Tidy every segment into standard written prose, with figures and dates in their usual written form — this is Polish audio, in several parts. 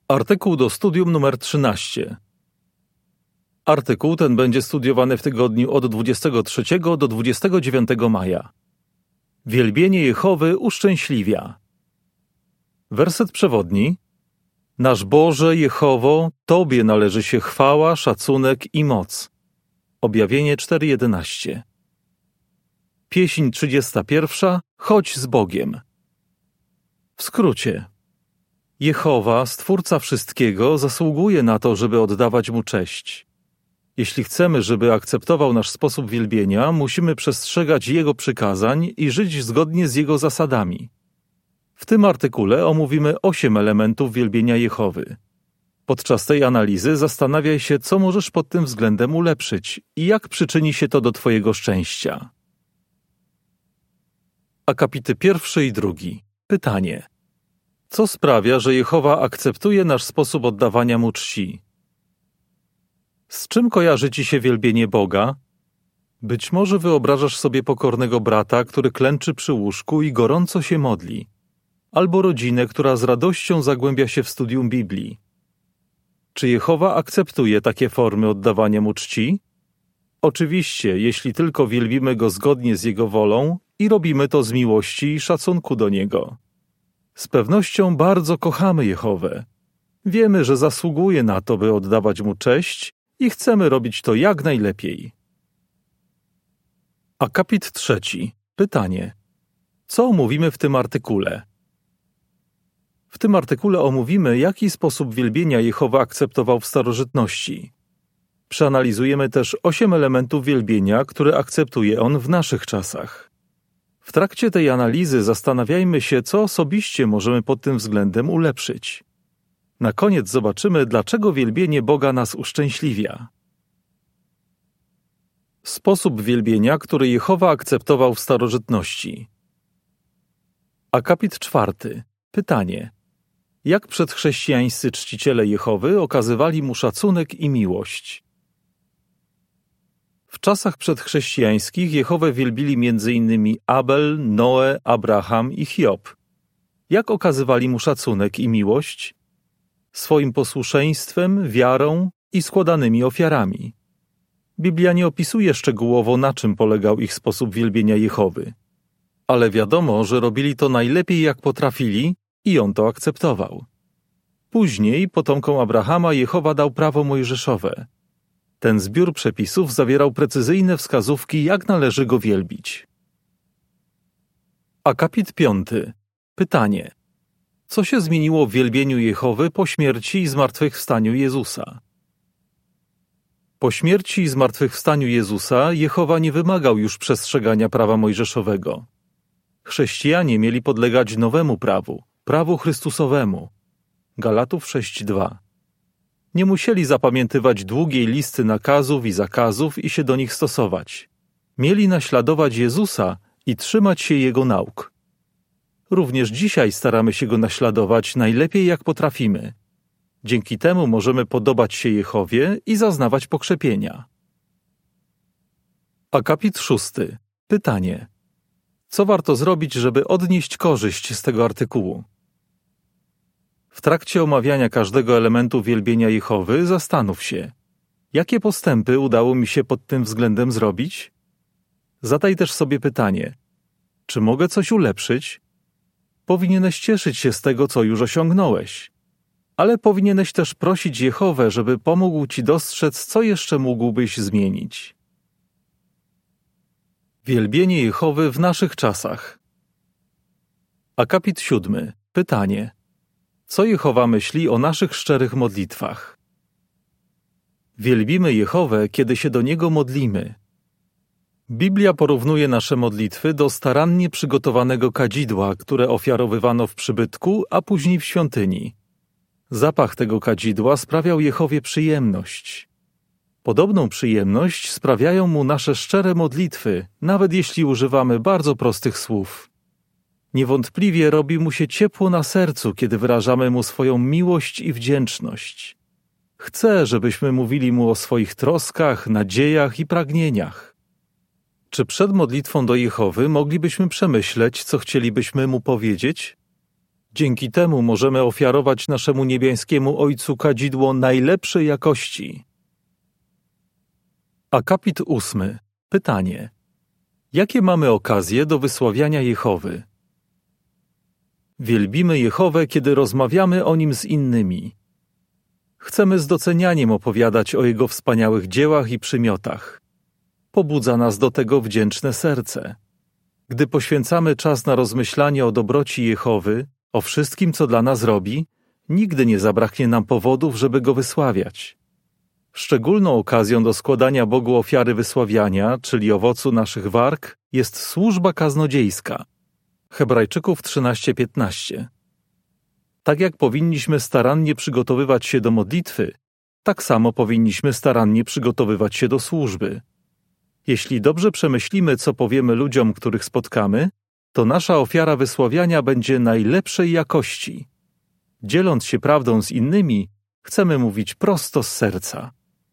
Artykuł do studium numer 13. Artykuł ten będzie studiowany w tygodniu od 23 do 29 maja. Wielbienie Jehowy uszczęśliwia. Werset przewodni. Nasz Boże Jehowo, Tobie należy się chwała, szacunek i moc. Objawienie 4:11. Pieśń 31. Chodź z Bogiem. W skrócie. Jehowa, Stwórca wszystkiego, zasługuje na to, żeby oddawać Mu cześć. Jeśli chcemy, żeby akceptował nasz sposób wielbienia, musimy przestrzegać Jego przykazań i żyć zgodnie z Jego zasadami. W tym artykule omówimy 8 elementów wielbienia Jehowy. Podczas tej analizy zastanawiaj się, co możesz pod tym względem ulepszyć i jak przyczyni się to do Twojego szczęścia. Akapity 1 i 2. Pytanie. Co sprawia, że Jehowa akceptuje nasz sposób oddawania Mu czci? Z czym kojarzy Ci się wielbienie Boga? Być może wyobrażasz sobie pokornego brata, który klęczy przy łóżku i gorąco się modli, albo rodzinę, która z radością zagłębia się w studium Biblii. Czy Jehowa akceptuje takie formy oddawania Mu czci? Oczywiście, jeśli tylko wielbimy Go zgodnie z Jego wolą i robimy to z miłości i szacunku do Niego. Z pewnością bardzo kochamy Jehowę. Wiemy, że zasługuje na to, by oddawać Mu cześć i chcemy robić to jak najlepiej. Akapit 3. Pytanie. Co omówimy w tym artykule? W tym artykule omówimy, jaki sposób wielbienia Jehowa akceptował w starożytności. Przeanalizujemy też 8 elementów wielbienia, które akceptuje On w naszych czasach. W trakcie tej analizy zastanawiajmy się, co osobiście możemy pod tym względem ulepszyć. Na koniec zobaczymy, dlaczego wielbienie Boga nas uszczęśliwia. Sposób wielbienia, który Jehowa akceptował w starożytności. Akapit 4. Pytanie. Jak przedchrześcijańscy czciciele Jehowy okazywali Mu szacunek i miłość? W czasach przedchrześcijańskich Jehowę wielbili m.in. Abel, Noe, Abraham i Hiob. Jak okazywali Mu szacunek i miłość? Swoim posłuszeństwem, wiarą i składanymi ofiarami. Biblia nie opisuje szczegółowo, na czym polegał ich sposób wielbienia Jehowy. Ale wiadomo, że robili to najlepiej jak potrafili i On to akceptował. Później potomkom Abrahama Jehowa dał prawo mojżeszowe. Ten zbiór przepisów zawierał precyzyjne wskazówki, jak należy Go wielbić. Akapit 5. Pytanie. Co się zmieniło w wielbieniu Jehowy po śmierci i zmartwychwstaniu Jezusa? Po śmierci i zmartwychwstaniu Jezusa Jehowa nie wymagał już przestrzegania prawa mojżeszowego. Chrześcijanie mieli podlegać nowemu prawu, prawu Chrystusowemu. Galatów 6:2. Nie musieli zapamiętywać długiej listy nakazów i zakazów i się do nich stosować. Mieli naśladować Jezusa i trzymać się Jego nauk. Również dzisiaj staramy się Go naśladować najlepiej jak potrafimy. Dzięki temu możemy podobać się Jehowie i zaznawać pokrzepienia. Akapit 6. Pytanie. Co warto zrobić, żeby odnieść korzyść z tego artykułu? W trakcie omawiania każdego elementu wielbienia Jehowy zastanów się, jakie postępy udało mi się pod tym względem zrobić? Zadaj też sobie pytanie, czy mogę coś ulepszyć? Powinieneś cieszyć się z tego, co już osiągnąłeś. Ale powinieneś też prosić Jehowę, żeby pomógł Ci dostrzec, co jeszcze mógłbyś zmienić. Wielbienie Jehowy w naszych czasach. Akapit 7. Pytanie. Co Jehowa myśli o naszych szczerych modlitwach? Wielbimy Jehowę, kiedy się do Niego modlimy. Biblia porównuje nasze modlitwy do starannie przygotowanego kadzidła, które ofiarowywano w przybytku, a później w świątyni. Zapach tego kadzidła sprawiał Jehowie przyjemność. Podobną przyjemność sprawiają Mu nasze szczere modlitwy, nawet jeśli używamy bardzo prostych słów. Niewątpliwie robi Mu się ciepło na sercu, kiedy wyrażamy Mu swoją miłość i wdzięczność. Chce, żebyśmy mówili Mu o swoich troskach, nadziejach i pragnieniach. Czy przed modlitwą do Jehowy moglibyśmy przemyśleć, co chcielibyśmy Mu powiedzieć? Dzięki temu możemy ofiarować naszemu niebiańskiemu Ojcu kadzidło najlepszej jakości. Akapit 8. Pytanie. Jakie mamy okazje do wysławiania Jehowy? Wielbimy Jehowę, kiedy rozmawiamy o Nim z innymi. Chcemy z docenianiem opowiadać o Jego wspaniałych dziełach i przymiotach. Pobudza nas do tego wdzięczne serce. Gdy poświęcamy czas na rozmyślanie o dobroci Jehowy, o wszystkim, co dla nas robi, nigdy nie zabraknie nam powodów, żeby Go wysławiać. Szczególną okazją do składania Bogu ofiary wysławiania, czyli owocu naszych warg, jest służba kaznodziejska. Hebrajczyków 13:15. Tak jak powinniśmy starannie przygotowywać się do modlitwy, tak samo powinniśmy starannie przygotowywać się do służby. Jeśli dobrze przemyślimy, co powiemy ludziom, których spotkamy, to nasza ofiara wysławiania będzie najlepszej jakości. Dzieląc się prawdą z innymi, chcemy mówić prosto z serca.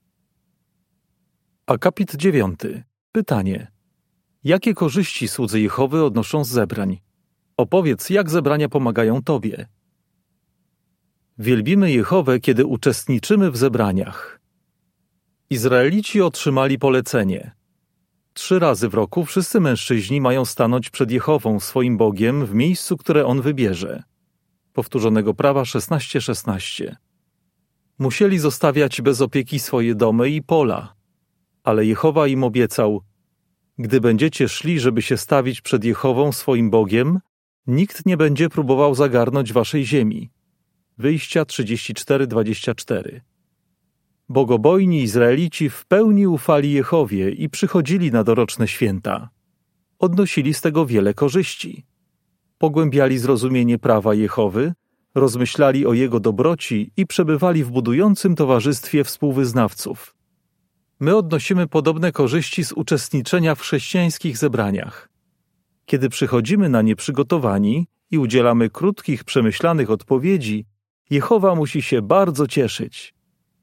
Akapit 9. Pytanie. Jakie korzyści słudzy Jehowy odnoszą z zebrań? Opowiedz, jak zebrania pomagają Tobie. Wielbimy Jehowę, kiedy uczestniczymy w zebraniach. Izraelici otrzymali polecenie. 3 razy w roku wszyscy mężczyźni mają stanąć przed Jehową, swoim Bogiem, w miejscu, które On wybierze. Powtórzonego prawa 16:16. Musieli zostawiać bez opieki swoje domy i pola. Ale Jehowa im obiecał: gdy będziecie szli, żeby się stawić przed Jehową, swoim Bogiem, nikt nie będzie próbował zagarnąć waszej ziemi. Wyjścia 34:24. Bogobojni Izraelici w pełni ufali Jehowie i przychodzili na doroczne święta. Odnosili z tego wiele korzyści. Pogłębiali zrozumienie prawa Jehowy, rozmyślali o Jego dobroci i przebywali w budującym towarzystwie współwyznawców. My odnosimy podobne korzyści z uczestniczenia w chrześcijańskich zebraniach. Kiedy przychodzimy na nie przygotowani i udzielamy krótkich, przemyślanych odpowiedzi, Jehowa musi się bardzo cieszyć.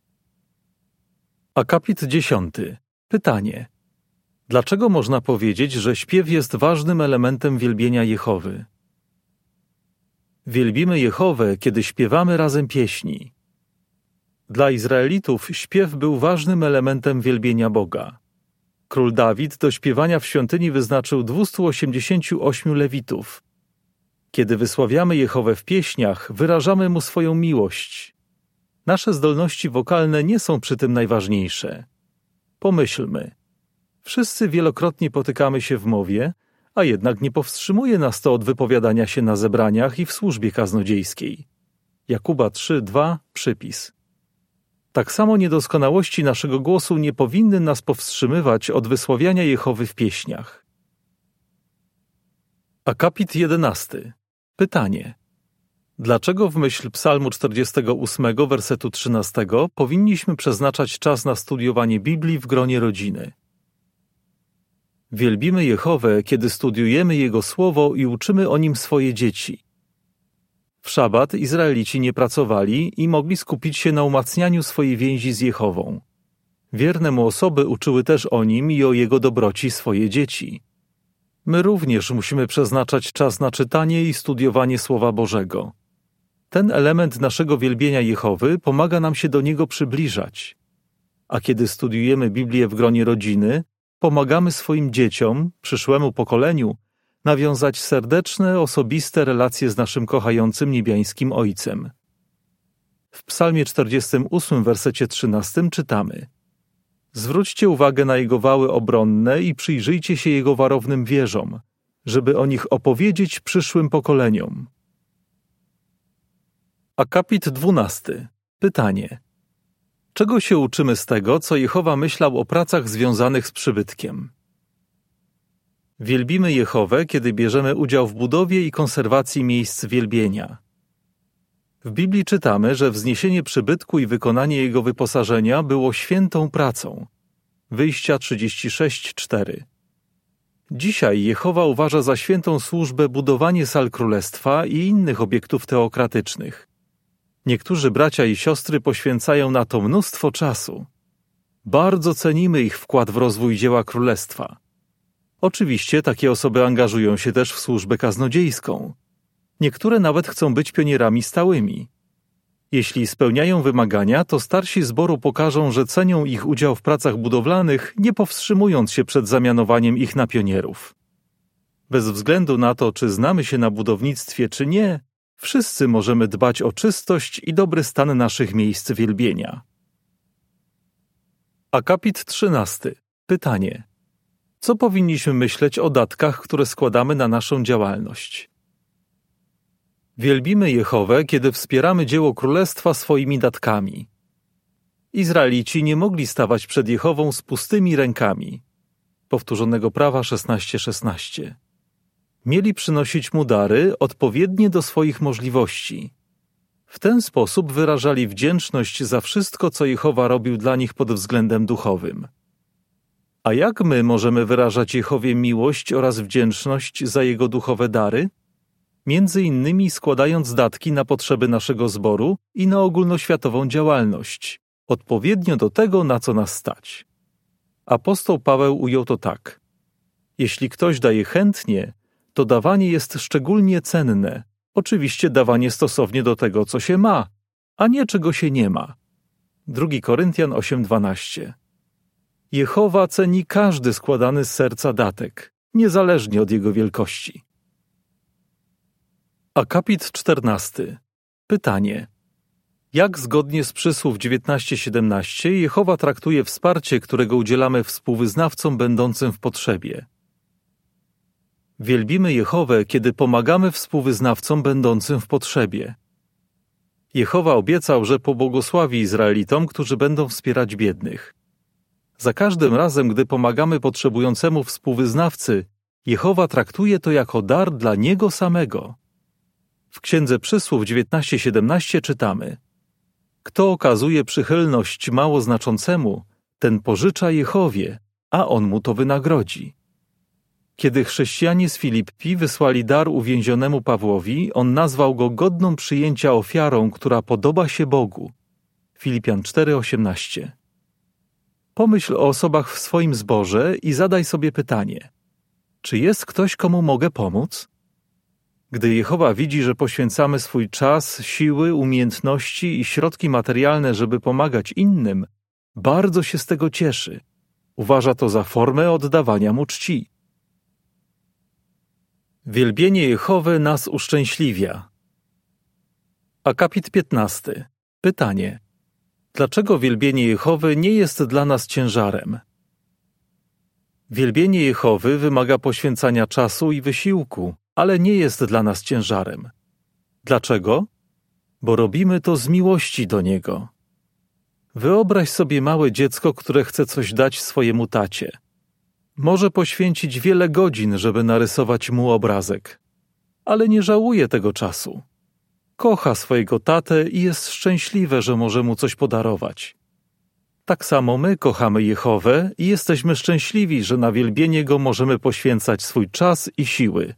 Akapit 10. Pytanie. Dlaczego można powiedzieć, że śpiew jest ważnym elementem wielbienia Jehowy? Wielbimy Jehowę, kiedy śpiewamy razem pieśni. Dla Izraelitów śpiew był ważnym elementem wielbienia Boga. Król Dawid do śpiewania w świątyni wyznaczył 288 lewitów. Kiedy wysławiamy Jehowę w pieśniach, wyrażamy Mu swoją miłość. Nasze zdolności wokalne nie są przy tym najważniejsze. Pomyślmy. Wszyscy wielokrotnie potykamy się w mowie, a jednak nie powstrzymuje nas to od wypowiadania się na zebraniach i w służbie kaznodziejskiej. Jakuba 3:2 przypis. Tak samo niedoskonałości naszego głosu nie powinny nas powstrzymywać od wysławiania Jehowy w pieśniach. Akapit 11. Pytanie. Dlaczego w myśl Psalmu 48, wersetu 13 powinniśmy przeznaczać czas na studiowanie Biblii w gronie rodziny? Wielbimy Jehowę, kiedy studiujemy Jego Słowo i uczymy o Nim swoje dzieci. W szabat Izraelici nie pracowali i mogli skupić się na umacnianiu swojej więzi z Jehową. Wierne Mu osoby uczyły też o Nim i o Jego dobroci swoje dzieci. My również musimy przeznaczać czas na czytanie i studiowanie Słowa Bożego. Ten element naszego wielbienia Jehowy pomaga nam się do Niego przybliżać. A kiedy studiujemy Biblię w gronie rodziny, pomagamy swoim dzieciom, przyszłemu pokoleniu, nawiązać serdeczne, osobiste relacje z naszym kochającym niebiańskim Ojcem. W Psalmie 48, wersecie 13 czytamy: zwróćcie uwagę na Jego wały obronne i przyjrzyjcie się Jego warownym wieżom, żeby o nich opowiedzieć przyszłym pokoleniom. Akapit 12. Pytanie. Czego się uczymy z tego, co Jehowa myślał o pracach związanych z przybytkiem? Wielbimy Jehowę, kiedy bierzemy udział w budowie i konserwacji miejsc wielbienia. W Biblii czytamy, że wzniesienie przybytku i wykonanie jego wyposażenia było świętą pracą. Wyjścia 36:4. Dzisiaj Jehowa uważa za świętą służbę budowanie sal królestwa i innych obiektów teokratycznych. Niektórzy bracia i siostry poświęcają na to mnóstwo czasu. Bardzo cenimy ich wkład w rozwój dzieła królestwa. Oczywiście takie osoby angażują się też w służbę kaznodziejską. Niektóre nawet chcą być pionierami stałymi. Jeśli spełniają wymagania, to starsi zboru pokażą, że cenią ich udział w pracach budowlanych, nie powstrzymując się przed zamianowaniem ich na pionierów. Bez względu na to, czy znamy się na budownictwie, czy nie, wszyscy możemy dbać o czystość i dobry stan naszych miejsc wielbienia. Akapit 13. Pytanie. Co powinniśmy myśleć o datkach, które składamy na naszą działalność? Wielbimy Jehowę, kiedy wspieramy dzieło Królestwa swoimi datkami. Izraelici nie mogli stawać przed Jehową z pustymi rękami. Powtórzonego prawa 16:16. Mieli przynosić mu dary odpowiednie do swoich możliwości. W ten sposób wyrażali wdzięczność za wszystko, co Jehowa robił dla nich pod względem duchowym. A jak my możemy wyrażać Jehowie miłość oraz wdzięczność za Jego duchowe dary? Między innymi składając datki na potrzeby naszego zboru i na ogólnoświatową działalność, odpowiednio do tego, na co nas stać. Apostoł Paweł ujął to tak. Jeśli ktoś daje chętnie, to dawanie jest szczególnie cenne, oczywiście dawanie stosownie do tego, co się ma, a nie czego się nie ma. 2 Koryntian 8:12. Jehowa ceni każdy składany z serca datek, niezależnie od jego wielkości. Akapit 14. Pytanie. Jak zgodnie z przysłów 19:17 Jehowa traktuje wsparcie, którego udzielamy współwyznawcom będącym w potrzebie? Wielbimy Jehowę, kiedy pomagamy współwyznawcom będącym w potrzebie. Jehowa obiecał, że pobłogosławi Izraelitom, którzy będą wspierać biednych. Za każdym razem, gdy pomagamy potrzebującemu współwyznawcy, Jehowa traktuje to jako dar dla Niego samego. W Księdze Przysłów 19:17 czytamy: Kto okazuje przychylność mało znaczącemu, ten pożycza Jehowie, a On mu to wynagrodzi. Kiedy chrześcijanie z Filippi wysłali dar uwięzionemu Pawłowi, on nazwał go godną przyjęcia ofiarą, która podoba się Bogu. Filipian 4:18. Pomyśl o osobach w swoim zborze i zadaj sobie pytanie: czy jest ktoś, komu mogę pomóc? Gdy Jehowa widzi, że poświęcamy swój czas, siły, umiejętności i środki materialne, żeby pomagać innym, bardzo się z tego cieszy. Uważa to za formę oddawania mu czci. Wielbienie Jehowy nas uszczęśliwia. Akapit 15. Pytanie. Dlaczego wielbienie Jehowy nie jest dla nas ciężarem? Wielbienie Jehowy wymaga poświęcania czasu i wysiłku, ale nie jest dla nas ciężarem. Dlaczego? Bo robimy to z miłości do Niego. Wyobraź sobie małe dziecko, które chce coś dać swojemu tacie. Może poświęcić wiele godzin, żeby narysować mu obrazek, ale nie żałuje tego czasu. Kocha swojego tatę i jest szczęśliwe, że może mu coś podarować. Tak samo my kochamy Jehowę i jesteśmy szczęśliwi, że na wielbienie Go możemy poświęcać swój czas i siły.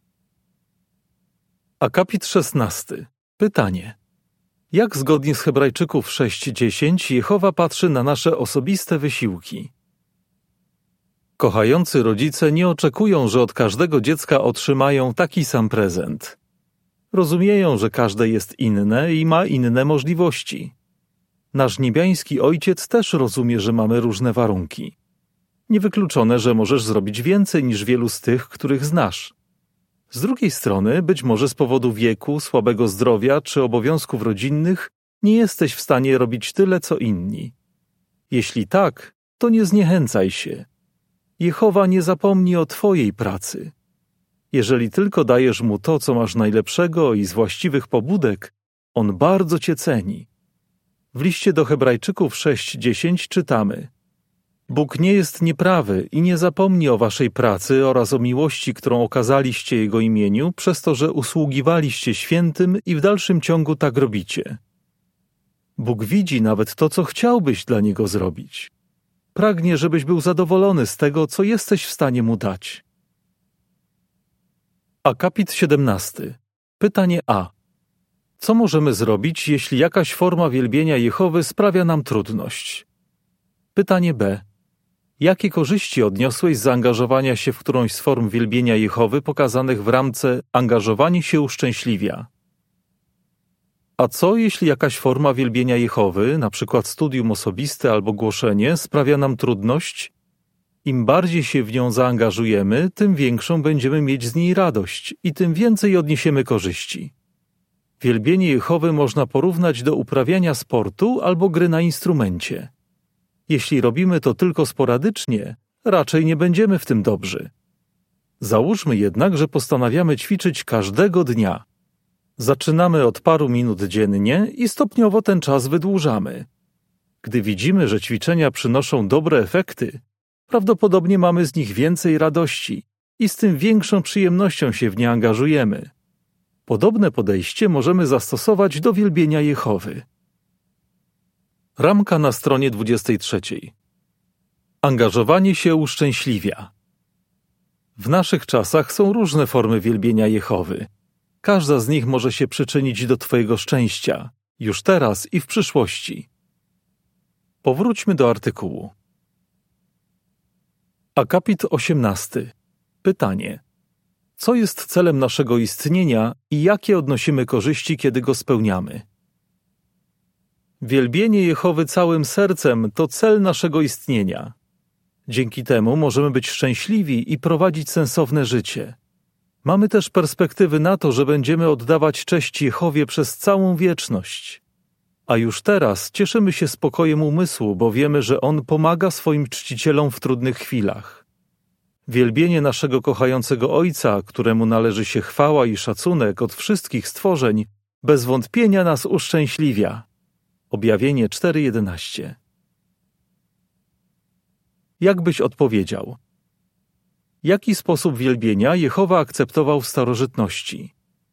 Akapit 16. Pytanie. Jak zgodnie z Hebrajczyków 6:10 Jehowa patrzy na nasze osobiste wysiłki? Kochający rodzice nie oczekują, że od każdego dziecka otrzymają taki sam prezent. Rozumieją, że każde jest inne i ma inne możliwości. Nasz niebiański Ojciec też rozumie, że mamy różne warunki. Niewykluczone, że możesz zrobić więcej niż wielu z tych, których znasz. Z drugiej strony, być może z powodu wieku, słabego zdrowia czy obowiązków rodzinnych nie jesteś w stanie robić tyle, co inni. Jeśli tak, to nie zniechęcaj się. Jehowa nie zapomni o Twojej pracy. Jeżeli tylko dajesz Mu to, co masz najlepszego i z właściwych pobudek, On bardzo Cię ceni. W liście do Hebrajczyków 6:10 czytamy: Bóg nie jest nieprawy i nie zapomni o waszej pracy oraz o miłości, którą okazaliście Jego imieniu, przez to, że usługiwaliście świętym i w dalszym ciągu tak robicie. Bóg widzi nawet to, co chciałbyś dla Niego zrobić. Pragnie, żebyś był zadowolony z tego, co jesteś w stanie Mu dać. Akapit 17. Pytanie A. Co możemy zrobić, jeśli jakaś forma wielbienia Jehowy sprawia nam trudność? Pytanie B. Jakie korzyści odniosłeś z zaangażowania się w którąś z form wielbienia Jehowy pokazanych w ramce Angażowanie się uszczęśliwia? A co, jeśli jakaś forma wielbienia Jehowy, na przykład studium osobiste albo głoszenie, sprawia nam trudność? Im bardziej się w nią zaangażujemy, tym większą będziemy mieć z niej radość i tym więcej odniesiemy korzyści. Wielbienie Jehowy można porównać do uprawiania sportu albo gry na instrumencie. Jeśli robimy to tylko sporadycznie, raczej nie będziemy w tym dobrzy. Załóżmy jednak, że postanawiamy ćwiczyć każdego dnia. Zaczynamy od paru minut dziennie i stopniowo ten czas wydłużamy. Gdy widzimy, że ćwiczenia przynoszą dobre efekty, prawdopodobnie mamy z nich więcej radości i z tym większą przyjemnością się w nie angażujemy. Podobne podejście możemy zastosować do wielbienia Jehowy. Ramka na stronie 23. Angażowanie się uszczęśliwia. W naszych czasach są różne formy wielbienia Jehowy. Każda z nich może się przyczynić do Twojego szczęścia, już teraz i w przyszłości. Powróćmy do artykułu. Akapit 18. Pytanie. Co jest celem naszego istnienia i jakie odnosimy korzyści, kiedy go spełniamy? Wielbienie Jehowy całym sercem to cel naszego istnienia. Dzięki temu możemy być szczęśliwi i prowadzić sensowne życie. Mamy też perspektywy na to, że będziemy oddawać cześć Jehowie przez całą wieczność. A już teraz cieszymy się spokojem umysłu, bo wiemy, że On pomaga swoim czcicielom w trudnych chwilach. Wielbienie naszego kochającego Ojca, któremu należy się chwała i szacunek od wszystkich stworzeń, bez wątpienia nas uszczęśliwia. Objawienie 4:11. Jak byś odpowiedział? Jaki sposób wielbienia Jehowa akceptował w starożytności?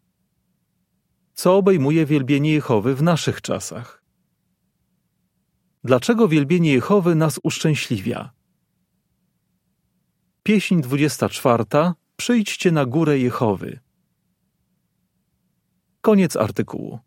Co obejmuje wielbienie Jehowy w naszych czasach? Dlaczego wielbienie Jehowy nas uszczęśliwia? Pieśń 24. Przyjdźcie na górę Jehowy. Koniec artykułu.